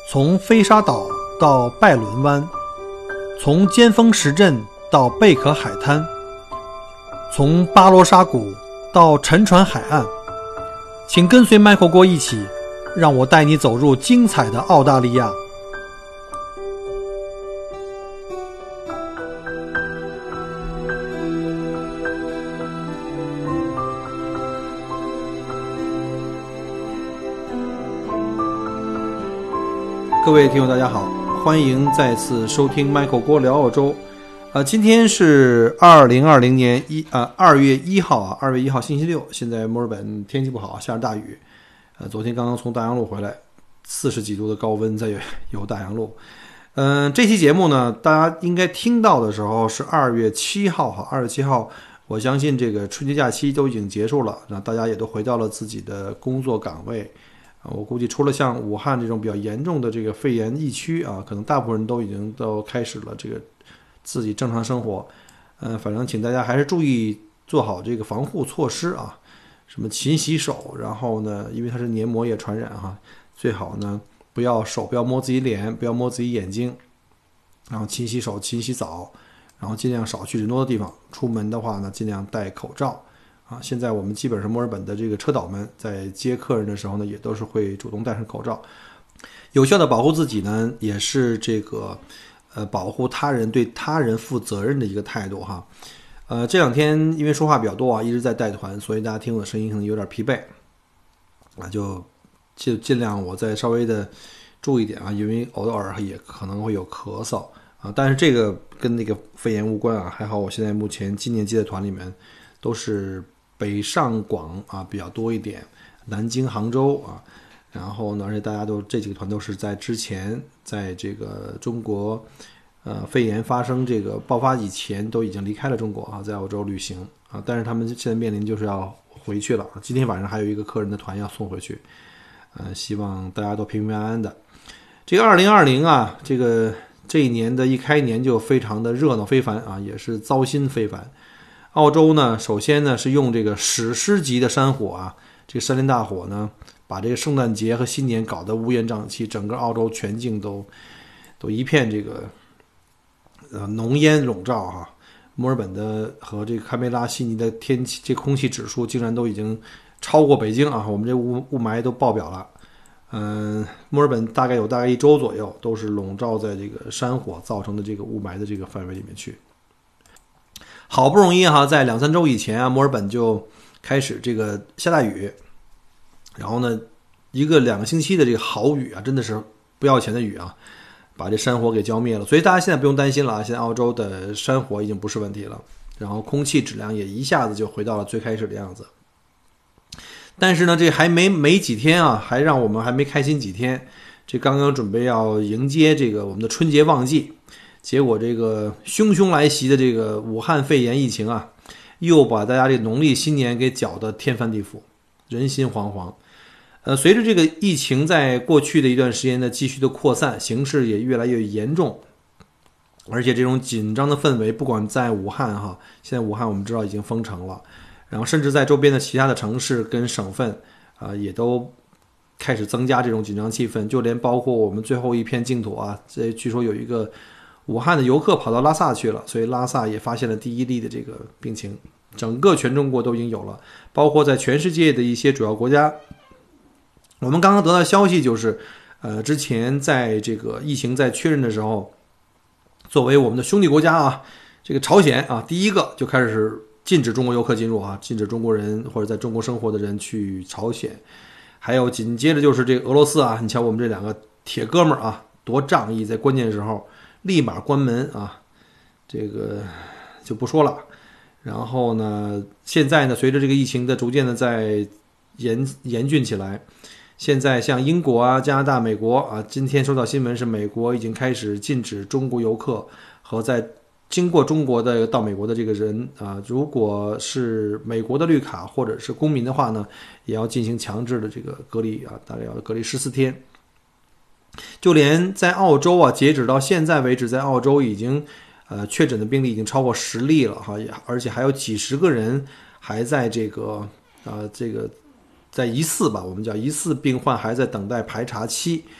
从飞沙岛到拜伦湾，从尖峰石镇到贝壳海滩，从巴罗沙谷到沉船海岸，请跟随麦克郭一起，让我带你走入精彩的澳大利亚。各位听友大家好，欢迎再次收听 Michael 郭聊澳洲。今天是2020年2月1号啊，2月1号星期六。现在墨尔本天气不好，下着大雨。昨天刚刚从大洋路回来，40几度的高温在有大洋路。这期节目呢，大家应该听到的时候是2月7号哈，2月7号，我相信这个春节假期都已经结束了，那大家也都回到了自己的工作岗位。我估计除了像武汉这种比较严重的这个肺炎疫区啊，可能大部分人都已经开始了这个自己正常生活。反正请大家还是注意做好这个防护措施啊，什么勤洗手，然后呢，因为它是黏膜液传染哈，最好呢不要摸自己脸，不要摸自己眼睛，然后勤洗手、勤洗澡，然后尽量少去人多的地方。出门的话呢，尽量戴口罩。现在我们基本上墨尔本的这个车导们在接客人的时候呢，也都是会主动戴上口罩。有效的保护自己呢，也是这个保护他人、对他人负责任的一个态度哈。这两天因为说话比较多啊，一直在带团，所以大家听我的声音可能有点疲惫就尽量我再稍微的注意点啊，因为偶尔也可能会有咳嗽啊，但是这个跟那个肺炎无关啊。还好我现在目前今年接的团里面都是北上广啊比较多一点，南京、杭州啊，然后呢，而且大家都这几个团都是在之前，在这个中国肺炎发生这个爆发以前都已经离开了中国啊，在澳洲旅行啊，但是他们现在面临就是要回去了。今天晚上还有一个客人的团要送回去，希望大家都平平安安的。这个2020啊，这一年的一开年就非常的热闹非凡啊，也是糟心非凡。澳洲呢，首先呢是用这个史诗级的山火啊，这个山林大火呢，把这个圣诞节和新年搞得乌烟瘴气，整个澳洲全境都一片这个浓烟笼罩哈。墨尔本的和这个堪培拉、悉尼的天气，这空气指数竟然都已经超过北京啊，我们这雾霾都爆表了。墨尔本大概1周左右都是笼罩在这个山火造成的这个雾霾的这个范围里面去。好不容易哈，在2-3周以前啊，墨尔本就开始这个下大雨，然后呢，1个2个星期的这个好雨啊，真的是不要钱的雨啊，把这山火给浇灭了。所以大家现在不用担心了啊，现在澳洲的山火已经不是问题了，然后空气质量也一下子就回到了最开始的样子。但是呢，这还没几天啊，让我们还没开心几天，这刚刚准备要迎接这个我们的春节旺季。结果这个汹汹来袭的这个武汉肺炎疫情啊，又把大家这农历新年给搅得天翻地覆，人心惶惶。随着这个疫情在过去的一段时间的继续的扩散，形势也越来越严重，而且这种紧张的氛围，不管在武汉哈，现在武汉我们知道已经封城了，然后甚至在周边的其他的城市跟省份也都开始增加这种紧张气氛，就连包括我们最后一片净土啊，这据说有一个武汉的游客跑到拉萨去了，所以拉萨也发现了第一例的这个病情，整个全中国都已经有了，包括在全世界的一些主要国家。我们刚刚得到消息就是，之前在这个疫情在确认的时候，作为我们的兄弟国家啊，这个朝鲜啊，第一个就开始禁止中国游客进入啊，禁止中国人或者在中国生活的人去朝鲜。还有紧接着就是这个俄罗斯啊，你瞧我们这两个铁哥们儿啊，多仗义，在关键时候立马关门啊，这个就不说了。然后呢，现在呢，随着这个疫情的逐渐的在严峻起来，现在像英国啊、加拿大、美国啊，今天收到新闻是美国已经开始禁止中国游客和在经过中国的到美国的这个人啊，如果是美国的绿卡或者是公民的话呢，也要进行强制的这个隔离啊，大概要隔离14天。就连在澳洲啊，截止到现在为止，在澳洲已经确诊的病例已经超过10例了哈，而且还有几十个人还在这个在疑似吧，我们叫疑似病患还在等待排查期。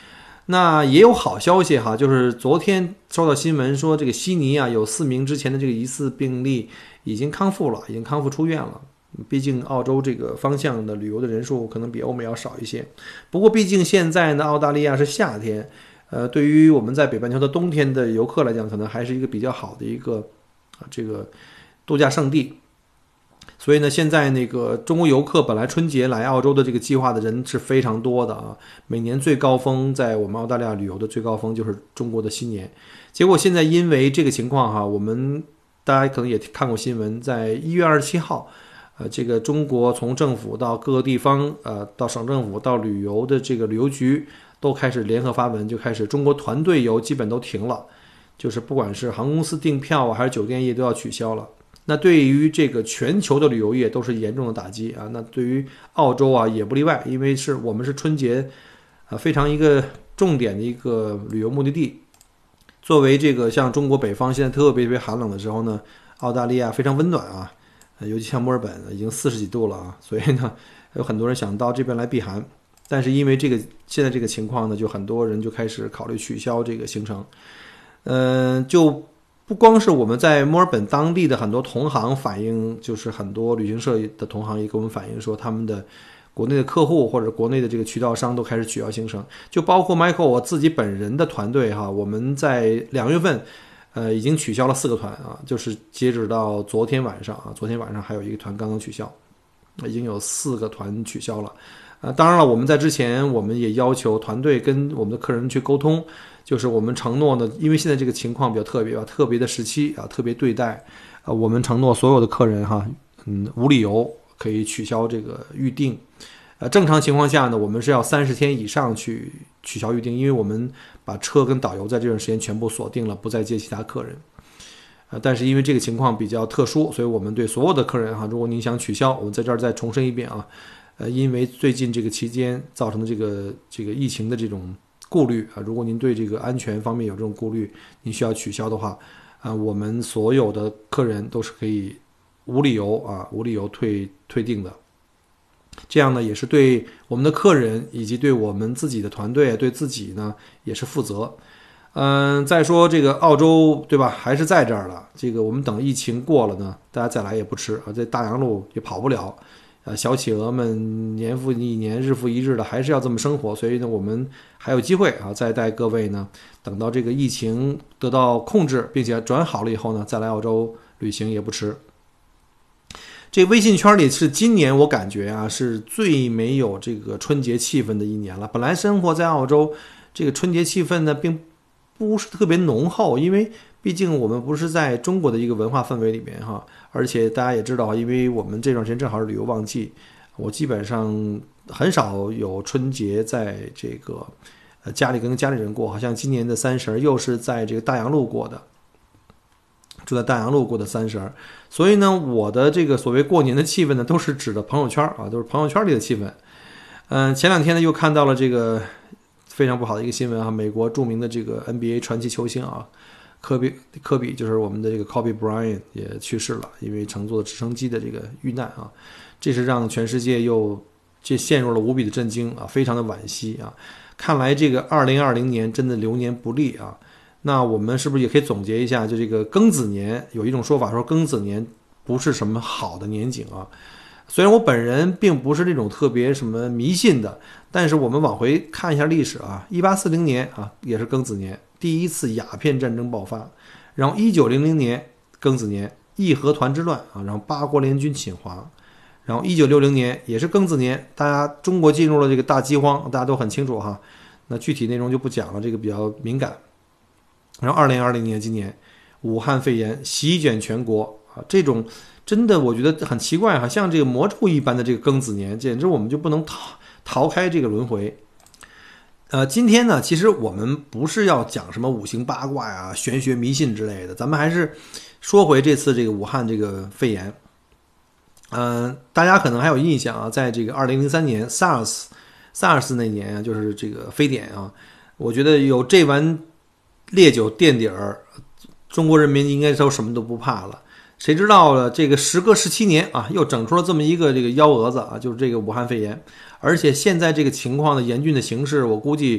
那也有好消息哈，就是昨天收到新闻说，这个悉尼啊有4名之前的这个疑似病例已经康复了，已经康复出院了。毕竟澳洲这个方向的旅游的人数可能比欧美要少一些，不过毕竟现在呢，澳大利亚是夏天，对于我们在北半球的冬天的游客来讲，可能还是一个比较好的一个这个度假胜地。所以呢，现在那个中国游客本来春节来澳洲的这个计划的人是非常多的啊，每年最高峰在我们澳大利亚旅游的最高峰就是中国的新年。结果现在因为这个情况哈，我们大家可能也看过新闻，在1月27号，这个中国从政府到各个地方，到省政府到旅游的这个旅游局都开始联合发文，就开始中国团队游基本都停了，就是不管是航空公司订票啊，还是酒店业都要取消了。那对于这个全球的旅游业都是严重的打击啊！那对于澳洲啊也不例外，因为我们是春节非常一个重点的一个旅游目的地。作为这个像中国北方现在特别寒冷的时候呢，澳大利亚非常温暖啊，尤其像墨尔本已经40几度了啊，所以呢有很多人想到这边来避寒，但是因为现在这个情况呢，就很多人就开始考虑取消这个行程，就。不光是我们在墨尔本当地的很多同行反映，就是很多旅行社的同行也给我们反映说，他们的国内的客户或者国内的这个渠道商都开始取消行程，就包括 Michael 我自己本人的团队哈，我们在2月份已经取消了4个团啊，就是截止到昨天晚上啊，昨天晚上还有一个团刚刚取消，已经有4个团取消了。当然了，我们在之前我们也要求团队跟我们的客人去沟通，就是我们承诺呢，因为现在这个情况比较特别吧，特别的时期啊，特别对待我们承诺所有的客人哈，无理由可以取消这个预定。正常情况下呢，我们是要30天以上去取消预定，因为我们把车跟导游在这段时间全部锁定了，不再接其他客人。但是因为这个情况比较特殊，所以我们对所有的客人哈，如果您想取消，我们在这儿再重申一遍啊。因为最近这个期间造成的这个疫情的这种顾虑啊，如果您对这个安全方面有这种顾虑，您需要取消的话，我们所有的客人都是可以无理由退订的。这样呢，也是对我们的客人以及对我们自己的团队，对自己呢也是负责。再说这个澳洲对吧，还是在这儿了。这个我们等疫情过了呢，大家再来也不迟啊，在大洋路也跑不了。小企鹅们年复一年日复一日的还是要这么生活，所以呢我们还有机会啊，再带各位呢等到这个疫情得到控制并且转好了以后呢，再来澳洲旅行也不迟。这微信圈里是今年我感觉啊是最没有这个春节气氛的一年了。本来生活在澳洲，这个春节气氛呢并不是特别浓厚，因为毕竟我们不是在中国的一个文化氛围里面哈，而且大家也知道，因为我们这段时间正好是旅游旺季，我基本上很少有春节在这个家里跟家里人过，好像今年的30又是在这个大洋路过的，住在大洋路过的30，所以呢，我的这个所谓过年的气氛呢，都是指的朋友圈啊，都是朋友圈里的气氛。前2天呢又看到了这个非常不好的一个新闻啊，美国著名的这个 NBA 传奇球星啊。科比就是我们的这个 Kobe Bryant 也去世了，因为乘坐直升机的这个遇难啊，这是让全世界又陷入了无比的震惊啊，非常的惋惜啊。看来这个2020年真的流年不利啊。那我们是不是也可以总结一下，就这个庚子年有一种说法说庚子年不是什么好的年景啊。虽然我本人并不是那种特别什么迷信的，但是我们往回看一下历史啊，1840年啊也是庚子年。第一次鸦片战争爆发，然后1900年庚子年义和团之乱啊，然后八国联军侵华，然后1960年也是庚子年，大家中国进入了这个大饥荒，大家都很清楚哈。那具体内容就不讲了，这个比较敏感。然后2020年今年武汉肺炎席卷全国啊，这种真的我觉得很奇怪哈，像这个魔咒一般的这个庚子年，简直我们就不能逃开这个轮回。今天呢，其实我们不是要讲什么五行八卦呀、玄学迷信之类的，咱们还是说回这次这个武汉这个肺炎。大家可能还有印象啊，在这个2003年 SARS 那年啊，就是这个非典啊，我觉得有这碗烈酒垫底儿，中国人民应该都什么都不怕了。谁知道了这个时隔17年啊，又整出了这么一个这个幺蛾子啊，就是这个武汉肺炎。而且现在这个情况的严峻的形势，我估计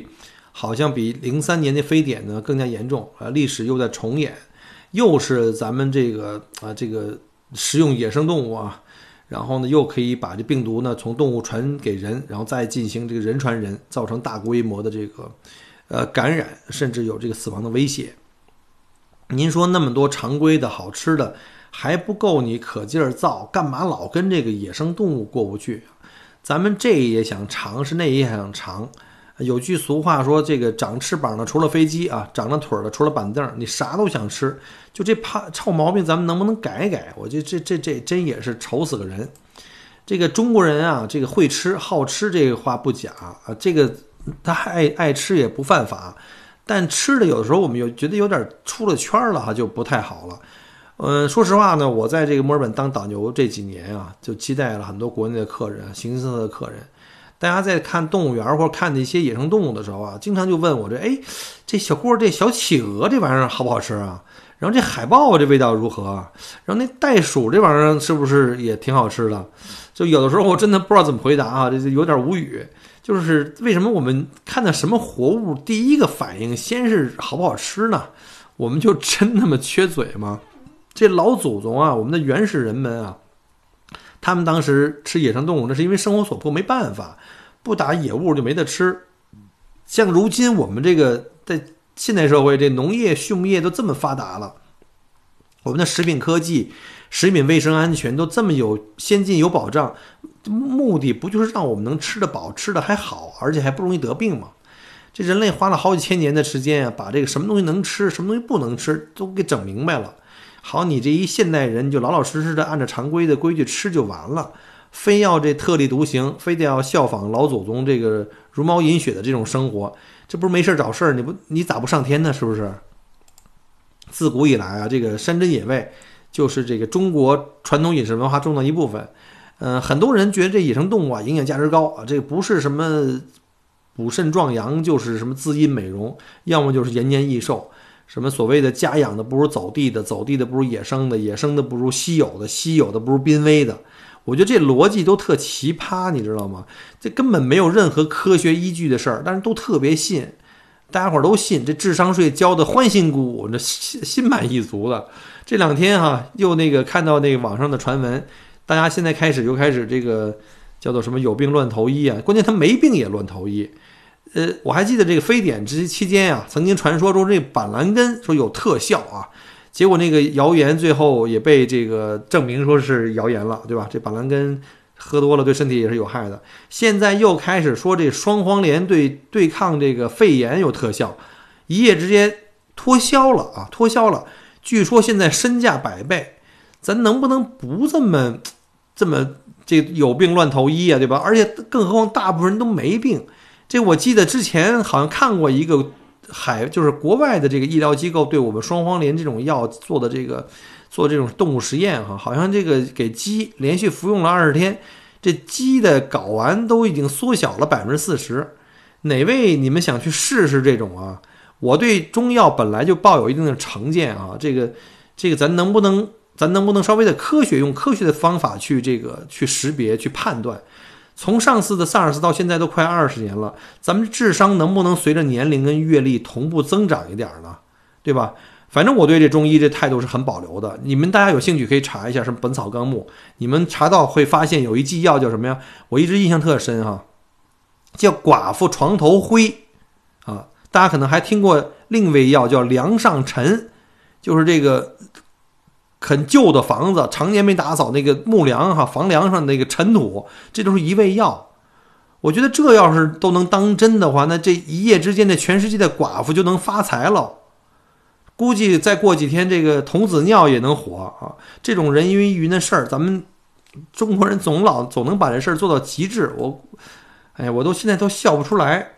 好像比03年的非典呢更加严重历史又在重演，又是咱们这个食用野生动物啊，然后呢又可以把这病毒呢从动物传给人，然后再进行这个人传人，造成大规模的这个感染，甚至有这个死亡的威胁。您说那么多常规的好吃的还不够你可劲儿造，干嘛老跟这个野生动物过不去？咱们这也想尝试，那也想尝。有句俗话说，这个长翅膀的除了飞机啊，长了腿的除了板凳，你啥都想吃。就这臭毛病，咱们能不能改改？我觉得这真也是愁死个人。这个中国人啊，这个会吃好吃，这个话不假啊，这个他爱吃也不犯法。但吃的有的时候我们又觉得有点出了圈了哈，就不太好了。说实话呢，我在这个墨尔本当导游这几年啊，就接待了很多国内的客人、形形色色的客人。大家在看动物园或者看那些野生动物的时候啊，经常就问我这小郭这小企鹅这玩意儿好不好吃啊？然后这海豹这味道如何啊？然后那袋鼠这玩意儿是不是也挺好吃的？就有的时候我真的不知道怎么回答啊，这有点无语。就是为什么我们看到什么活物，第一个反应先是好不好吃呢？我们就真那么缺嘴吗？这老祖宗啊，我们的原始人们啊，他们当时吃野生动物，那是因为生活所迫，没办法，不打野物就没得吃。像如今我们这个在现代社会，这农业、畜牧业都这么发达了，我们的食品科技、食品卫生安全都这么有先进、有保障，目的不就是让我们能吃得饱、吃得还好，而且还不容易得病吗？这人类花了好几千年的时间啊，把这个什么东西能吃、什么东西不能吃都给整明白了。好，你这一现代人就老老实实的按照常规的规矩吃就完了，非要这特立独行，非得要效仿老祖宗这个茹毛饮血的这种生活，这不是没事找事儿？你咋不上天呢？是不是？自古以来啊，这个山珍野味就是这个中国传统饮食文化中的一部分。很多人觉得这野生动物啊营养价值高啊，这个不是什么补肾壮阳，就是什么滋阴美容，要么就是延年益寿。什么所谓的家养的不如走地的，走地的不如野生的，野生的不如稀有的，稀有的不如濒危的。我觉得这逻辑都特奇葩，你知道吗？这根本没有任何科学依据的事儿，但是都特别信，大家伙都信，这智商税交的欢欣鼓舞，这心满意足的。这两天哈，又看到那个网上的传闻，大家现在又开始这个叫做什么有病乱投医啊，关键他没病也乱投医。我还记得这个非典期间啊，曾经传说中这个板蓝根说有特效啊，结果那个谣言最后也被这个证明说是谣言了，对吧？这板蓝根喝多了对身体也是有害的。现在又开始说这双黄连对抗这个肺炎有特效，一夜之间脱销了啊，脱销了。据说现在身价100倍，咱能不能不这么这有病乱投医啊，对吧？而且更何况大部分人都没病。这我记得之前好像看过一个就是国外的这个医疗机构对我们双黄连这种药做这种动物实验哈，好像这个给鸡连续服用了20天，这鸡的睾丸都已经缩小了40%。哪位你们想去试试这种啊？我对中药本来就抱有一定的成见啊，这个咱能不能稍微的用科学的方法去识别去判断？从上次的 SARS 到现在都快20年了，咱们智商能不能随着年龄跟阅历同步增长一点呢？对吧？反正我对这中医这态度是很保留的。你们大家有兴趣可以查一下什么《本草纲目》，你们查到会发现有一剂药叫什么呀？我一直印象特深哈，叫寡妇床头灰啊。大家可能还听过另一味药叫梁上尘，就是这个很旧的房子常年没打扫，那个木梁房梁上那个尘土，这都是一味药。我觉得这要是都能当真的话，那这一夜之间这全世界的寡妇就能发财了。估计再过几天这个童子尿也能火啊！这种人云亦云的事儿，咱们中国人总能把这事儿做到极致。我都现在都笑不出来。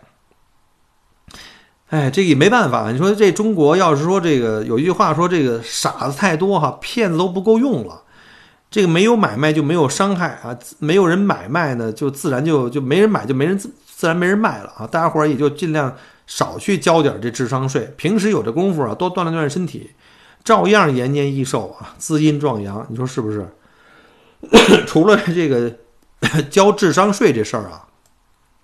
这个也没办法。你说这中国要是说这个有一句话说这个傻子太多哈，骗子都不够用了。这个没有买卖就没有伤害啊，没有人买卖呢，就自然就没人买，就没人自然没人卖了啊。大家伙儿也就尽量少去交点这智商税，平时有这功夫啊，多锻炼锻炼身体，照样延年益寿啊，滋阴壮阳。你说是不是？除了这个交智商税这事儿啊，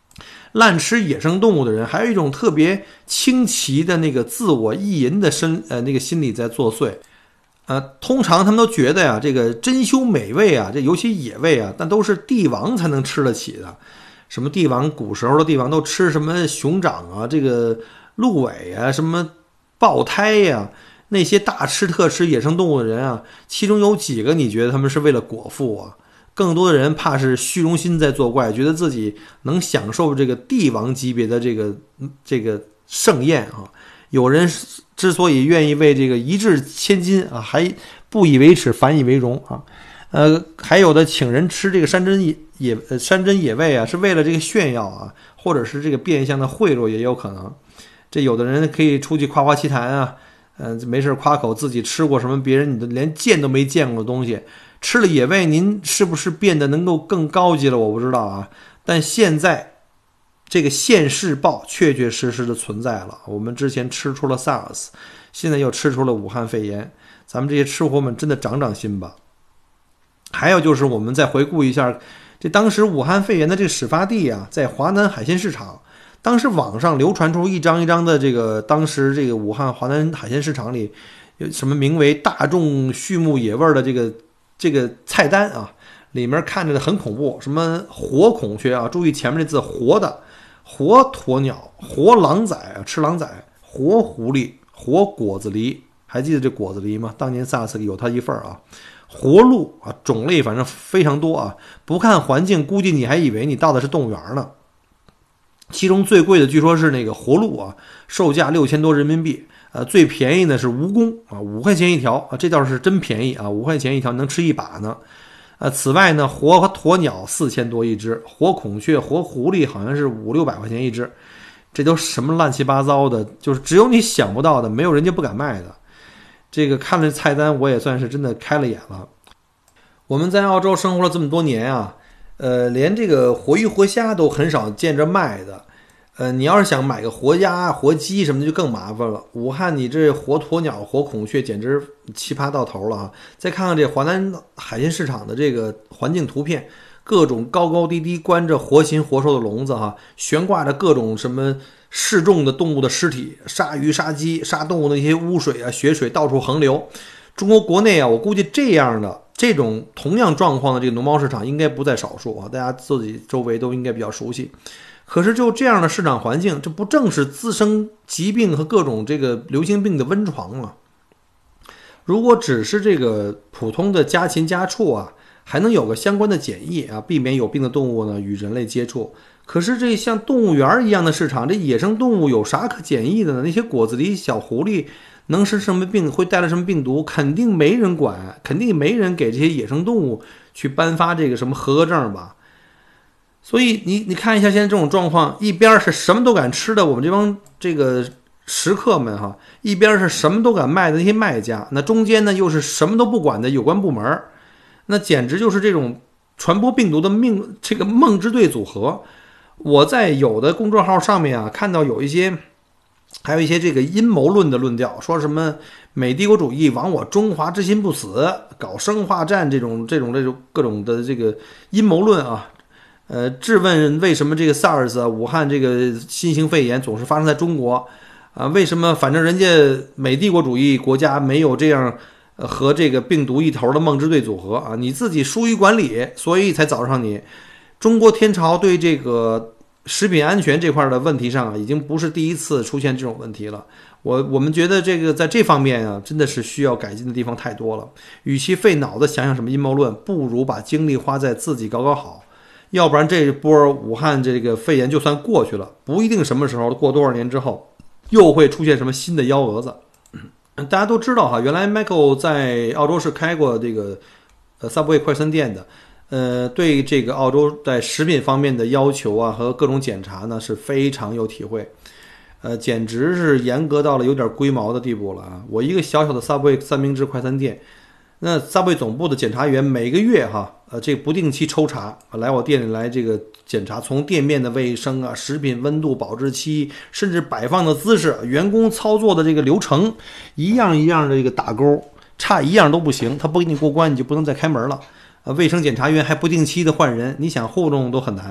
滥吃野生动物的人，还有一种特别清奇的那个自我意淫的那个心理在作祟。通常他们都觉得呀，这个珍馐美味啊，这尤其野味啊，但都是帝王才能吃得起的。什么帝王，古时候的帝王都吃什么熊掌啊，这个鹿尾啊，什么豹胎呀，那些大吃特吃野生动物的人啊，其中有几个你觉得他们是为了果腹啊？更多的人怕是虚荣心在作怪，觉得自己能享受这个帝王级别的这个盛宴啊。有人之所以愿意为这个一掷千金啊，还不以为耻，反以为荣啊。还有的请人吃这个山珍野味啊，是为了这个炫耀啊，或者是这个变相的贿赂也有可能。这有的人可以出去夸夸其谈啊，没事夸口自己吃过什么别人你连见都没见过的东西。吃了野味，您是不是变得能够更高级了？我不知道啊。但现在这个现世报确确实实的存在了。我们之前吃出了 SARS， 现在又吃出了武汉肺炎，咱们这些吃货们真的长长心吧。还有就是我们再回顾一下，这当时武汉肺炎的这个始发地啊，在华南海鲜市场。当时网上流传出一张一张的这个当时这个武汉华南海鲜市场里有什么名为大众畜牧野味的这个菜单啊，里面看着很恐怖，什么活孔雀啊，注意前面这字活的，活鸵鸟，活狼崽啊，吃狼崽，活狐狸，活果子狸，还记得这果子狸吗？当年 SARS 有它一份啊。活鹿啊，种类反正非常多啊，不看环境，估计你还以为你到的是动物园呢。其中最贵的据说是那个活鹿啊，售价6000多人民币。最便宜的是蜈蚣啊，5块钱一条啊，这倒是真便宜啊，5块钱一条能吃一把呢。此外呢，活鸵鸟4000多一只，活孔雀、活狐狸好像是500-600块钱一只。这都什么乱七八糟的，就是只有你想不到的，没有人家不敢卖的。这个看了菜单，我也算是真的开了眼了。我们在澳洲生活了这么多年啊，连这个活鱼活虾都很少见着卖的。你要是想买个活鸭、活鸡什么的就更麻烦了。武汉你这活鸵鸟、活孔雀简直奇葩到头了啊！再看看这华南海鲜市场的这个环境图片，各种高高低低关着活禽活兽的笼子哈，悬挂着各种什么示众的动物的尸体，杀鱼、杀鸡、杀动物的一些污水啊、血水到处横流。中国国内啊，我估计这种同样状况的这个农贸市场应该不在少数啊，大家自己周围都应该比较熟悉。可是就这样的市场环境，这不正是滋生疾病和各种这个流行病的温床吗？如果只是这个普通的家禽家畜啊，还能有个相关的检疫啊，避免有病的动物呢与人类接触。可是这像动物园一样的市场，这野生动物有啥可检疫的呢？那些果子狸、小狐狸能生什么病，会带来什么病毒，肯定没人管，肯定没人给这些野生动物去颁发这个什么合格证吧。所以你看一下现在这种状况，一边是什么都敢吃的我们这帮这个食客们哈，一边是什么都敢卖的那些卖家，那中间呢又是什么都不管的有关部门，那简直就是这种传播病毒的这个梦之队组合。我在有的公众号上面啊看到还有一些这个阴谋论的论调，说什么美帝国主义亡我中华之心不死，搞生化战这种各种的这个阴谋论啊。质问为什么这个 SARS 啊，武汉这个新型肺炎总是发生在中国啊？为什么反正人家美帝国主义国家没有这样和这个病毒一头的梦之队组合啊？你自己疏于管理，所以才找上你。中国天朝对这个食品安全这块的问题上啊，已经不是第一次出现这种问题了。我们觉得这个在这方面啊，真的是需要改进的地方太多了。与其费脑子想想什么阴谋论，不如把精力花在自己搞好。要不然这一波武汉这个肺炎就算过去了，不一定什么时候过多少年之后又会出现什么新的幺蛾子。大家都知道哈，原来 Michael 在澳洲是开过这个Subway 快餐店的，对这个澳洲在食品方面的要求啊和各种检查呢是非常有体会，简直是严格到了有点龟毛的地步了啊！我一个小小的 Subway 三明治快餐店，那 Subway 总部的检查员每个月这不定期抽查，来我店里来这个检查，从店面的卫生啊、食品温度、保质期，甚至摆放的姿势、员工操作的这个流程，一样一样的这个打勾，差一样都不行，他不给你过关，你就不能再开门了。卫生检查员还不定期的换人，你想糊弄都很难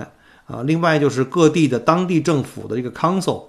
另外就是各地的当地政府的这个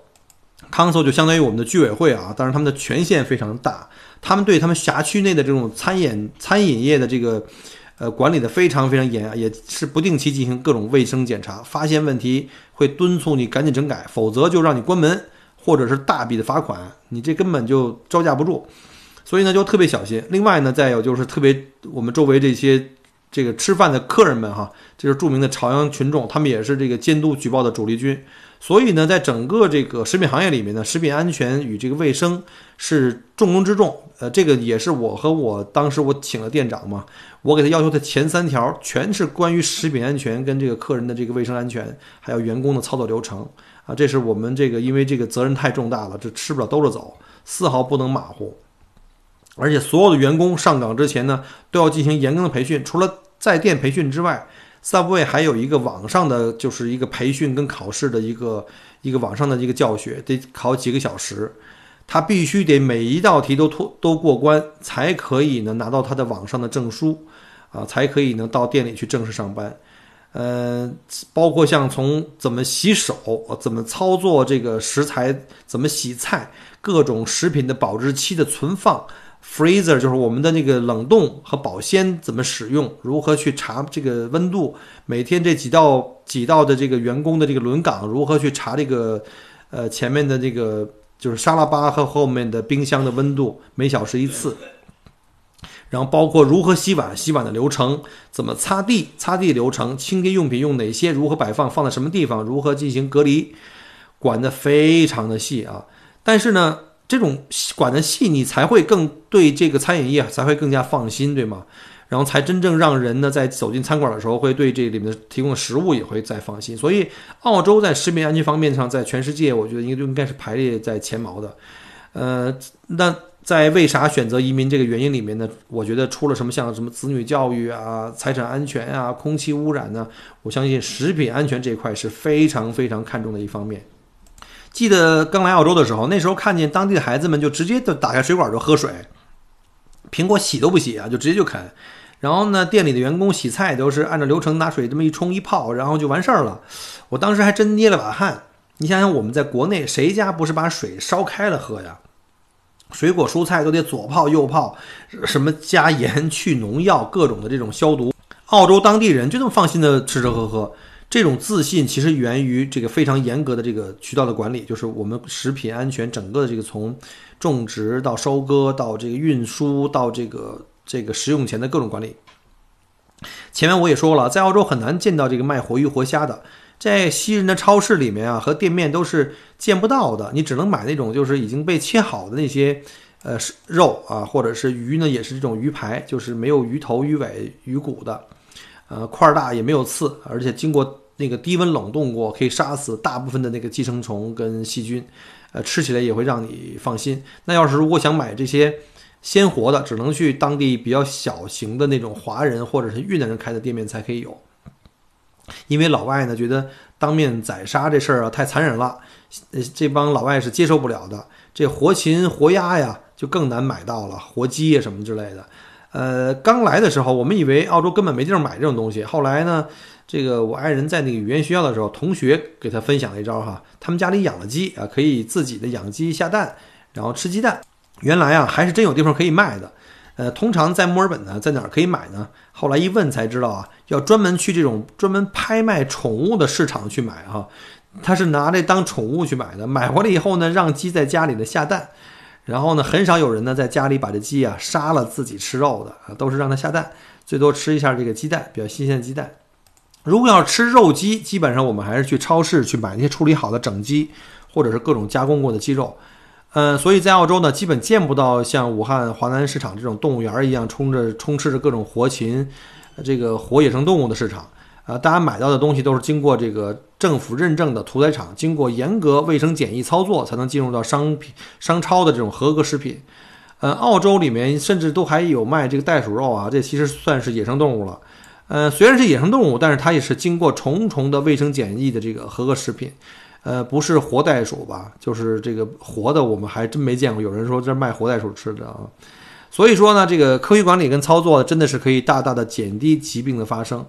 council 就相当于我们的居委会啊，当然他们的权限非常大，他们对他们辖区内的这种餐饮业的这个管理的非常非常严，也是不定期进行各种卫生检查，发现问题会敦促你赶紧整改，否则就让你关门或者是大笔的罚款，你这根本就招架不住。所以呢就特别小心。另外呢再有就是特别我们周围这个吃饭的客人们哈，这就是著名的朝阳群众，他们也是这个监督举报的主力军。所以呢在整个这个食品行业里面呢，食品安全与这个卫生是重中之重。这个也是我当时我请了店长嘛，我给他要求的前3条全是关于食品安全跟这个客人的这个卫生安全，还有员工的操作流程啊。这是我们这个因为这个责任太重大了，这吃不了兜着走，丝毫不能马虎。而且所有的员工上岗之前呢，都要进行严格的培训。除了在店培训之外， Subway 还有一个网上的，就是一个培训跟考试的一个网上的一个教学，得考几个小时。他必须得每一道题都过关，才可以呢拿到他的网上的证书啊，才可以呢到店里去正式上班。包括像从怎么洗手，怎么操作这个食材，怎么洗菜，各种食品的保质期的存放。freezer 就是我们的那个冷冻和保鲜怎么使用，如何去查这个温度，每天这几道的这个员工的这个轮岗如何去查这个前面的这个就是沙拉吧和后面的冰箱的温度，每小时1次。然后包括如何洗碗的流程，怎么擦地流程，清洁用品用哪些，如何摆放在什么地方，如何进行隔离，管得非常的细啊。但是呢这种管得细，你才会更对这个餐饮业才会更加放心，对吗？然后才真正让人呢在走进餐馆的时候会对这里面提供的食物也会再放心。所以澳洲在食品安全方面上，在全世界我觉得应该是排列在前茅的。那在为啥选择移民这个原因里面呢，我觉得除了什么子女教育啊、财产安全啊、空气污染呢，我相信食品安全这一块是非常非常看重的一方面。记得刚来澳洲的时候，那时候看见当地的孩子们就直接就打开水管就喝水，苹果洗都不洗啊，就直接就啃。然后呢，店里的员工洗菜都是按照流程拿水这么一冲一泡，然后就完事儿了。我当时还真捏了把汗。你想想，我们在国内谁家不是把水烧开了喝呀？水果蔬菜都得左泡右泡，什么加盐去农药，各种的这种消毒。澳洲当地人就这么放心的吃吃喝喝。这种自信其实源于这个非常严格的这个渠道的管理，就是我们食品安全整个的这个从种植到收割到这个运输到这个食用前的各种管理。前面我也说了，在澳洲很难见到这个卖活鱼活虾的，在西人的超市里面啊和店面都是见不到的，你只能买那种就是已经被切好的那些肉啊，或者是鱼呢也是这种鱼排，就是没有鱼头鱼尾鱼骨的。块大也没有刺，而且经过那个低温冷冻过，可以杀死大部分的那个寄生虫跟细菌，吃起来也会让你放心。那要是如果想买这些鲜活的，只能去当地比较小型的那种华人或者是越南人开的店面才可以有，因为老外呢觉得当面宰杀这事儿啊太残忍了，这帮老外是接受不了的。这活禽活鸭呀就更难买到了，活鸡呀什么之类的。刚来的时候我们以为澳洲根本没地方买这种东西，后来呢这个我爱人在那个语言学校的时候，同学给他分享了一招哈，他们家里养了鸡啊，可以自己的养鸡下蛋，然后吃鸡蛋。原来啊还是真有地方可以卖的。通常在墨尔本呢，在哪儿可以买呢？后来一问才知道啊，要专门去这种专门拍卖宠物的市场去买哈。他是拿这当宠物去买的，买回来以后呢，让鸡在家里的下蛋。然后呢，很少有人呢在家里把这鸡啊杀了自己吃肉的，都是让它下蛋，最多吃一下这个鸡蛋，比较新鲜的鸡蛋。如果要吃肉鸡，基本上我们还是去超市去买那些处理好的整鸡，或者是各种加工过的鸡肉。所以在澳洲呢，基本见不到像武汉华南市场这种动物园一样充斥着各种活禽，这个活野生动物的市场。大家买到的东西都是经过这个政府认证的屠宰场，经过严格卫生检疫操作，才能进入到商超的这种合格食品。澳洲里面甚至都还有卖这个袋鼠肉啊，这其实算是野生动物了。虽然是野生动物，但是它也是经过重重的卫生检疫的这个合格食品。不是活袋鼠吧，就是这个活的，我们还真没见过有人说这卖活袋鼠吃的啊。所以说呢，这个科学管理跟操作真的是可以大大的减低疾病的发生。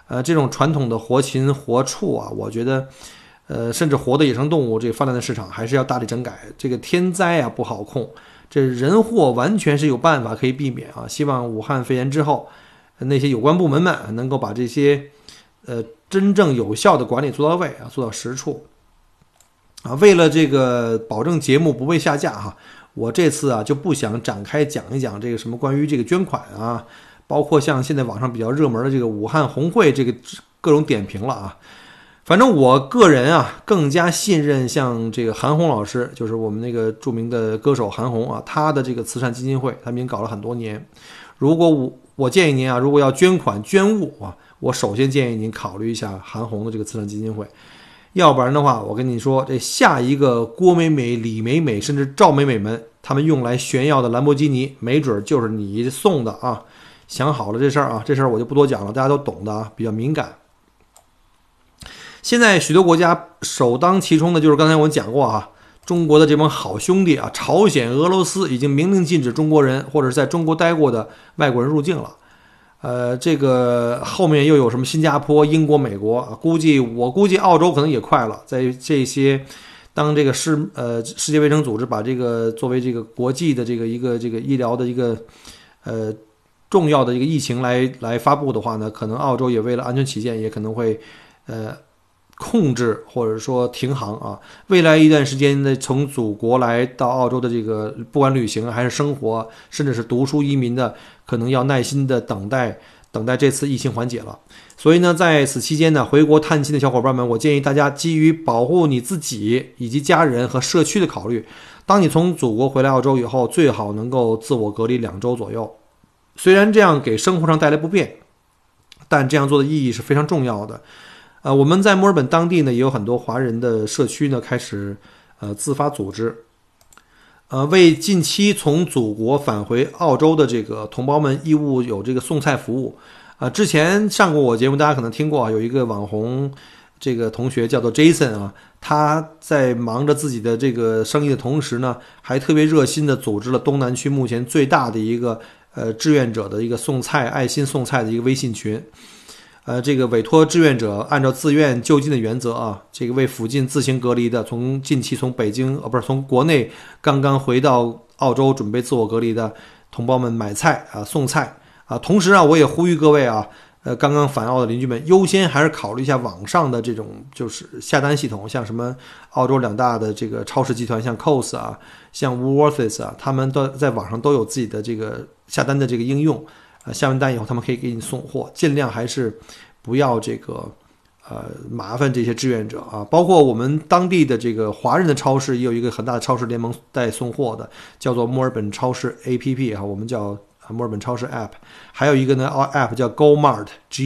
这种传统的活禽活畜啊，我觉得甚至活的野生动物这个泛滥的市场还是要大力整改。这个天灾啊不好控，这人祸完全是有办法可以避免啊。希望武汉肺炎之后，那些有关部门们能够把这些真正有效的管理做到位啊，做到实处啊。为了这个保证节目不被下架哈，我这次啊就不想展开讲一讲这个什么关于这个捐款啊，包括像现在网上比较热门的这个武汉红会这个各种点评了啊。反正我个人啊更加信任像这个韩红老师，就是我们那个著名的歌手韩红啊，他的这个慈善基金会，他们已经搞了很多年。如果我建议您啊，如果要捐款捐物啊，我首先建议您考虑一下韩红的这个慈善基金会。要不然的话，我跟你说，这下一个郭美美、李美美甚至赵美美们，他们用来炫耀的兰博基尼，没准就是你送的啊。想好了这事儿啊，这事儿我就不多讲了，大家都懂的啊，比较敏感。现在许多国家首当其冲的就是刚才我讲过啊，中国的这帮好兄弟啊，朝鲜、俄罗斯已经明令禁止中国人或者是在中国待过的外国人入境了。这个后面又有什么新加坡、英国、美国啊？我估计澳洲可能也快了。在这些当这个世界卫生组织把这个作为这个国际的这个医疗的一个重要的一个疫情来发布的话呢，可能澳洲也为了安全起见，也可能会控制或者说停航啊。未来一段时间的从祖国来到澳洲的这个不管旅行还是生活，甚至是读书移民的，可能要耐心的等待这次疫情缓解了。所以呢，在此期间呢，回国探亲的小伙伴们，我建议大家基于保护你自己以及家人和社区的考虑，当你从祖国回来澳洲以后，最好能够自我隔离2周左右。虽然这样给生活上带来不便，但这样做的意义是非常重要的。我们在墨尔本当地呢，也有很多华人的社区呢，开始自发组织，为近期从祖国返回澳洲的这个同胞们义务有这个送菜服务。之前上过我节目，大家可能听过啊，有一个网红这个同学叫做 Jason 啊，他在忙着自己的这个生意的同时呢，还特别热心的组织了东南区目前最大的一个志愿者的一个送菜爱心送菜的一个微信群。这个委托志愿者按照自愿就近的原则啊，这个为附近自行隔离的，近期从北京从国内刚刚回到澳洲准备自我隔离的同胞们买菜啊，送菜啊。同时啊，我也呼吁各位啊，刚刚返澳的邻居们，优先还是考虑一下网上的这种就是下单系统，像什么澳洲2大的这个超市集团，像 Coles 啊，像 Woolworths 啊，他们都在网上都有自己的这个下单的这个应用。下完单以后，他们可以给你送货，尽量还是不要这个麻烦这些志愿者啊。包括我们当地的这个华人的超市也有一个很大的超市联盟带送货的，叫做墨尔本超市 APP 啊，我们叫墨尔本超市 App。还有一个呢 App 叫 GoMart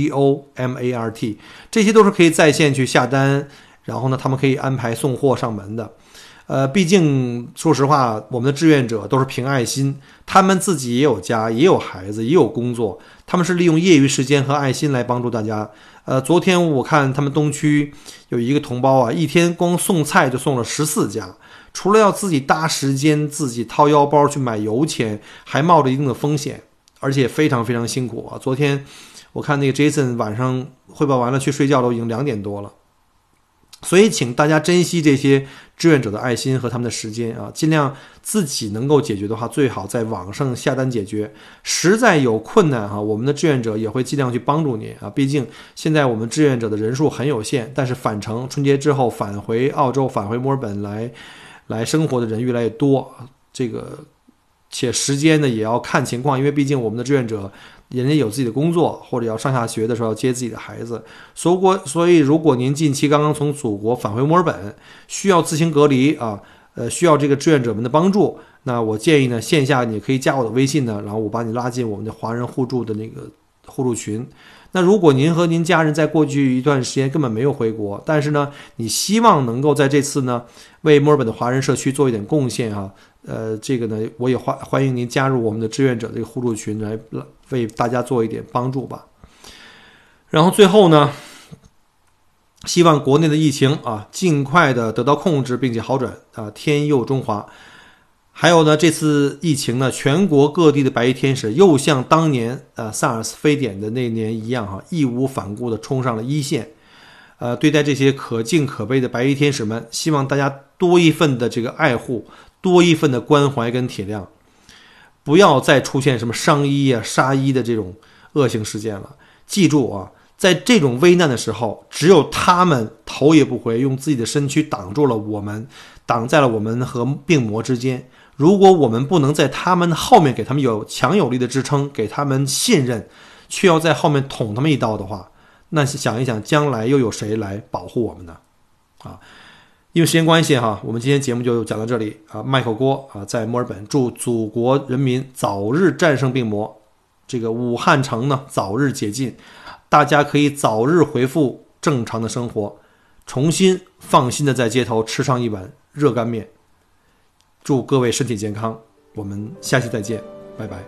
GOMART， 这些都是可以在线去下单，然后呢他们可以安排送货上门的。毕竟说实话，我们的志愿者都是凭爱心，他们自己也有家，也有孩子，也有工作，他们是利用业余时间和爱心来帮助大家。昨天我看他们东区有一个同胞啊，一天光送菜就送了14家，除了要自己搭时间，自己掏腰包去买油钱，还冒着一定的风险，而且非常非常辛苦啊。昨天我看那个 Jason 晚上汇报完了去睡觉都已经2点多了。所以请大家珍惜这些志愿者的爱心和他们的时间啊，尽量自己能够解决的话，最好在网上下单解决。实在有困难啊，我们的志愿者也会尽量去帮助您啊。毕竟现在我们志愿者的人数很有限，但是返程春节之后返回澳洲、返回墨尔本来生活的人越来越多，这个且时间呢也要看情况，因为毕竟我们的志愿者人家有自己的工作，或者要上下学的时候要接自己的孩子，所以如果您近期刚刚从祖国返回墨尔本，需要自行隔离啊，需要这个志愿者们的帮助，那我建议呢，线下你可以加我的微信呢，然后我把你拉进我们的华人互助的那个互助群。那如果您和您家人在过去一段时间根本没有回国，但是呢，你希望能够在这次呢为墨尔本的华人社区做一点贡献啊，这个呢，我也欢迎您加入我们的志愿者这个互助群，来为大家做一点帮助吧。然后最后呢，希望国内的疫情啊尽快的得到控制并且好转啊，天佑中华。 还有呢，这次疫情呢，全国各地的白衣天使又像当年SARS 非典的那年一样义无反顾地冲上了一线。对待这些可敬可悲的白衣天使们，希望大家多一份的这个爱护，多一份的关怀跟体谅，不要再出现什么伤医杀医的这种恶性事件了。记住在这种危难的时候，只有他们头也不回，用自己的身躯挡住了我们，挡在了我们和病魔之间。如果我们不能在他们后面给他们有强有力的支撑，给他们信任，却要在后面捅他们一刀的话，那想一想，将来又有谁来保护我们呢？因为时间关系我们今天节目就讲到这里麦口锅在墨尔本，祝祖国人民早日战胜病魔，这个武汉城呢早日解禁，大家可以早日恢复正常的生活，重新放心的在街头吃上一碗热干面。祝各位身体健康，我们下期再见，拜拜。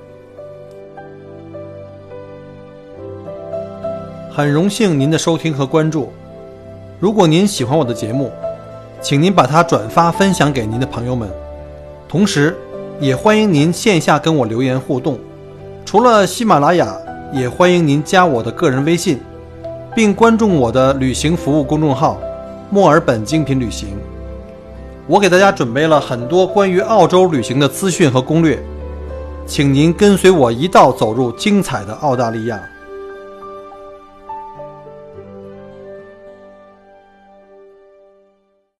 很荣幸您的收听和关注，如果您喜欢我的节目，请您把它转发分享给您的朋友们，同时也欢迎您线下跟我留言互动。除了喜马拉雅，也欢迎您加我的个人微信，并关注我的旅行服务公众号墨尔本精品旅行。我给大家准备了很多关于澳洲旅行的资讯和攻略，请您跟随我一道走入精彩的澳大利亚。